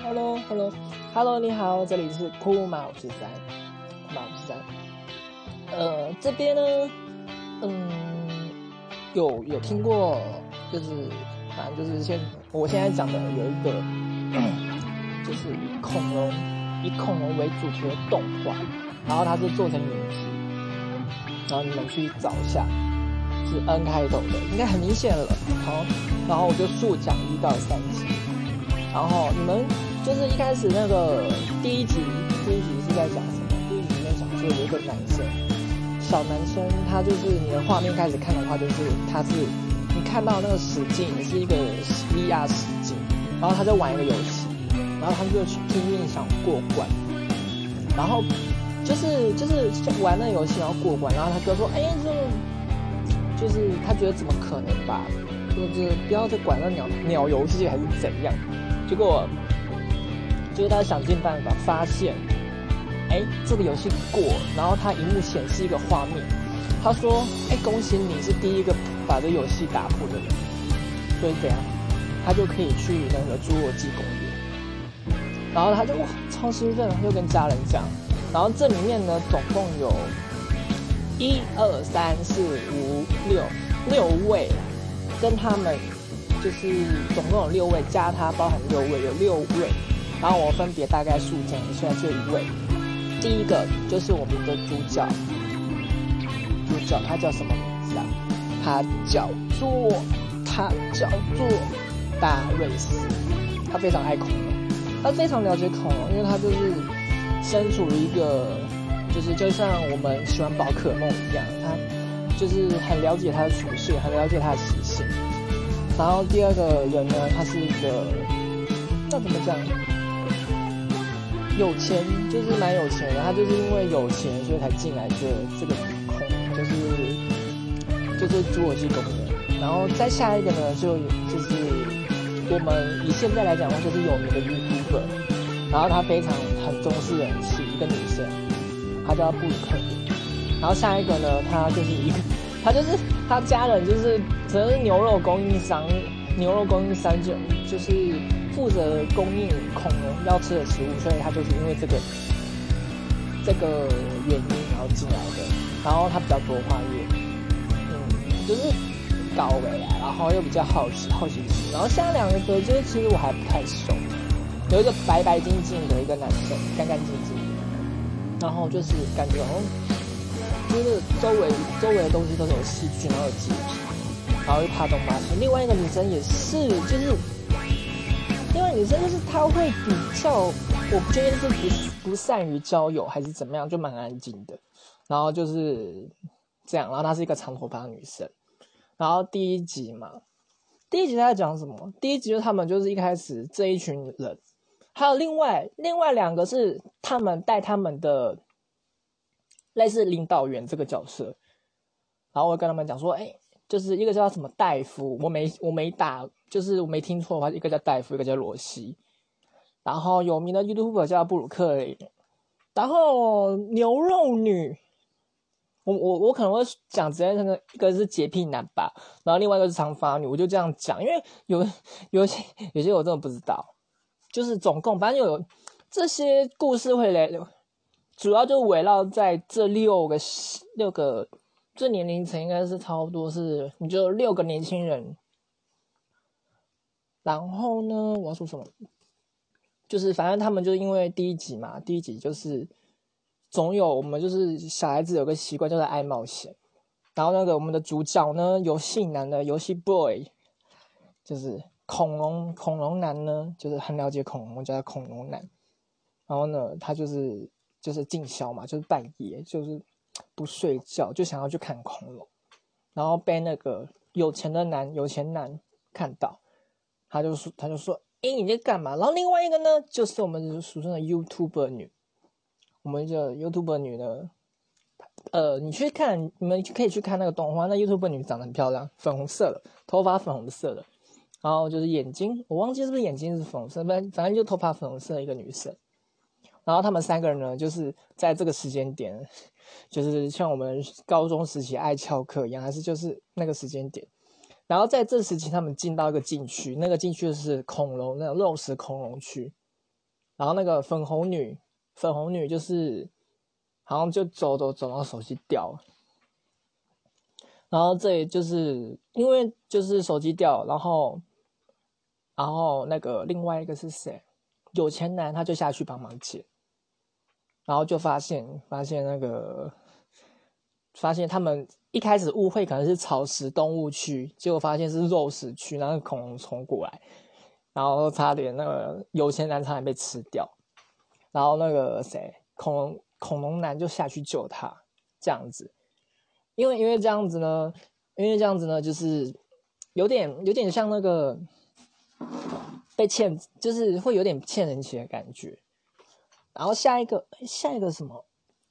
Hello，你好，这里是库马53，这边呢，有听过，就是反正就是我现在讲的有一个，就是以恐龙为主题的动画，然后它是做成影集，然后你们去找一下，是 N 开头的，应该很明显了。好，然后我就速讲1到3集，然后你们就是一开始那个第一集是在讲什么？第一集在讲说有一个男生，小男生，他就是你的画面开始看的话，就是他是你看到那个实境是一个 VR 实境，然后他在玩一个游戏，然后他就拼命想过关，然后就是玩那个游戏然后过关，然后他就说，就是他觉得怎么可能吧，就是不要再管那鸟游戏还是怎样，结果就是他想尽办法发现，这个游戏过，然后他荧幕显示一个画面，他说，恭喜你是第一个把这游戏打破的人，所以怎样，他就可以去那个侏罗纪公园，然后他就哇超兴奋，他就跟家人讲，然后这里面呢总共有1、2、3、4、5、6位，跟他们就是总共有6位，加他包含6位，有6位。然后我分别大概速讲一下这一位。第一个就是我们的主角他叫什么名字啊？他叫做大瑞斯。他非常爱恐龙，他非常了解恐龙，因为他就是身处一个就像我们喜欢宝可梦一样，他就是很了解他的属性，很了解他的习性。然后第二个人呢，他是一个那怎么讲？有钱，就是蛮有钱的，他就是因为有钱，所以才进来这个空，就是侏罗纪公园。然后再下一个呢，就是我们以现在来讲的话，就是有名的 YouTuber， 然后他很重视人气，一个女生，她叫布鲁克林。然后下一个呢，他家人就是可能是牛肉供应商就是负责供应恐龙要吃的食物，所以他就是因为这个原因然后进来的。然后他比较多话业，就是高维啊，然后又比较好奇心。然后下两个就是其实我还不太熟，有一个白白净净的一个男生，干干净净的，然后就是感觉就是周围的东西都是有细菌，然后有洁癖，然后又怕东怕西。另外一个女生也是，另外女生就是她会比较，我不确定是不善于交友还是怎么样，就蛮安静的。然后就是这样，然后她是一个长头发的女生。然后第一集她在讲什么？第一集就是他们就是一开始这一群人，还有另外2个是他们带他们的类似领导员这个角色。然后我跟他们讲说，就是一个叫什么戴夫，我没打，就是我没听错的话，一个叫戴夫，一个叫罗西。然后有名的 YouTuber 叫布鲁克林，然后牛肉女，我可能会讲直接那个一个是洁癖男吧，然后另外一个是长发女，我就这样讲，因为有些我真的不知道，就是总共反正有这些故事会来，主要就围绕在这六个。这年龄层应该是差不多是，你就6个年轻人。然后呢，我要说什么？就是反正他们就因为第一集就是总有我们就是小孩子有个习惯就是爱冒险。然后那个我们的主角呢，游戏男的游戏 boy， 就是恐龙男呢，就是很了解恐龙，叫他恐龙男。然后呢，他就是进销嘛，就是半夜就是不睡觉，就想要去看恐龙，然后被那个有钱男看到，他就说，你在干嘛？然后另外一个呢，就是我们俗称的 YouTuber 女，我们的 YouTuber 女呢，你们可以去看那个动画，那 YouTuber 女长得很漂亮，粉红色的，头发粉红色的，然后就是眼睛，我忘记是不是眼睛是粉红色，反正就头发粉红色的一个女生。然后他们3个人呢，就是在这个时间点，就是像我们高中时期爱翘课一样，还是就是那个时间点。然后在这时期，他们进到一个禁区，那个禁区就是恐龙，那种肉食恐龙区。 然后那个粉红女就是好像就走，然后手机掉了。然后这里就是因为就是手机掉了，然后那个另外一个是谁？有钱男他就下去帮忙捡，然后就发现他们一开始误会可能是草食动物区，结果发现是肉食区，然后恐龙冲过来，然后差点那个有钱男差点被吃掉，然后那个谁恐龙男就下去救他，这样子，因为这样子呢，就是有点像那个被欠，就是会有点欠人情的感觉。然后下一个什么？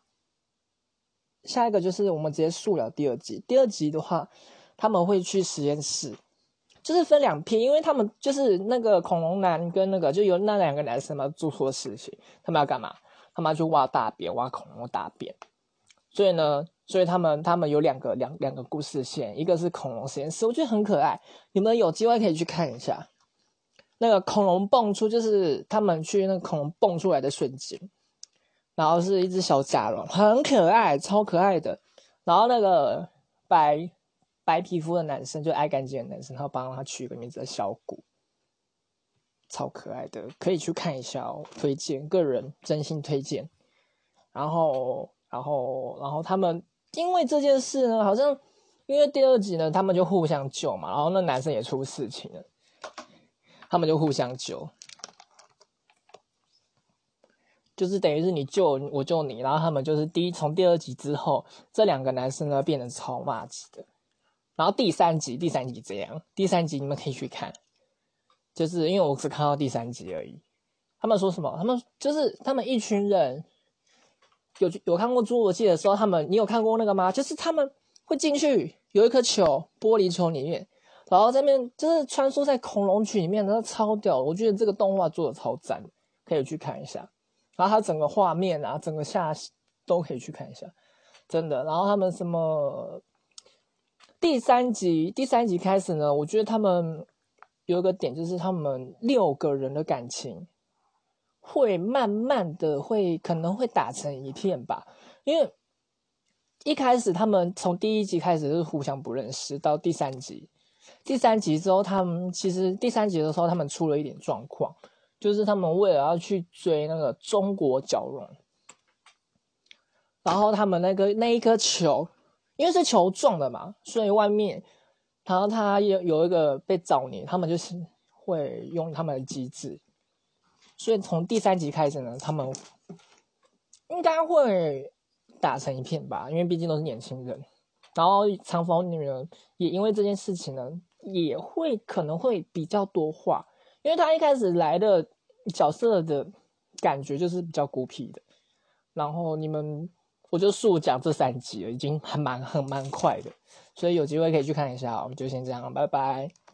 下一个就是我们直接速聊第二集。第二集的话，他们会去实验室，就是分两批，因为他们就是那个恐龙男跟那个就有那两个男生嘛做错事情，他们要干嘛？他们要去挖大便，挖恐龙的大便。所以他们有两个故事线，一个是恐龙实验室，我觉得很可爱，你们有机会可以去看一下。那个恐龙蹦出，就是他们去那个恐龙蹦出来的瞬间，然后是一只小甲龙，很可爱，超可爱的。然后那个白皮肤的男生，就爱干净的男生，他帮他取一个名字叫小谷，超可爱的，可以去看一下哦，推荐，个人真心推荐。然后他们因为这件事呢，好像因为第二集呢，他们就互相救嘛，然后那男生也出事情了。他们就互相救，就是等于是你救我救你，然后他们就是从第二集之后，这两个男生呢变成超麻吉的。然后第三集这样，第三集你们可以去看，就是因为我只看到第三集而已。他们说什么？他们一群人有看过侏罗纪的时候，你有看过那个吗？就是他们会进去有一颗球，玻璃球里面。然后在那边就是穿梭在恐龙群里面，那超屌！我觉得这个动画做的超赞，可以去看一下。然后它整个画面啊，整个都可以去看一下，真的。然后他们什么第三集开始呢？我觉得他们有一个点，就是他们6个人的感情会慢慢的可能会打成一片吧，因为一开始他们从第1集开始是互相不认识，到第三集之后，他们其实第3集的时候他们出了一点状况，就是他们为了要去追那个中国角龙，然后他们那一颗球，因为是球状的嘛，所以外面然后它有一个被藻泥，他们就是会用他们的机制，所以从第3集开始呢，他们应该会打成一片吧，因为毕竟都是年轻人。然后长发女人也因为这件事情呢，也可能会比较多话，因为他一开始来的角色的感觉就是比较孤僻的。然后我就速讲这3集了，已经很蛮快的，所以有机会可以去看一下。我们就先这样，拜拜。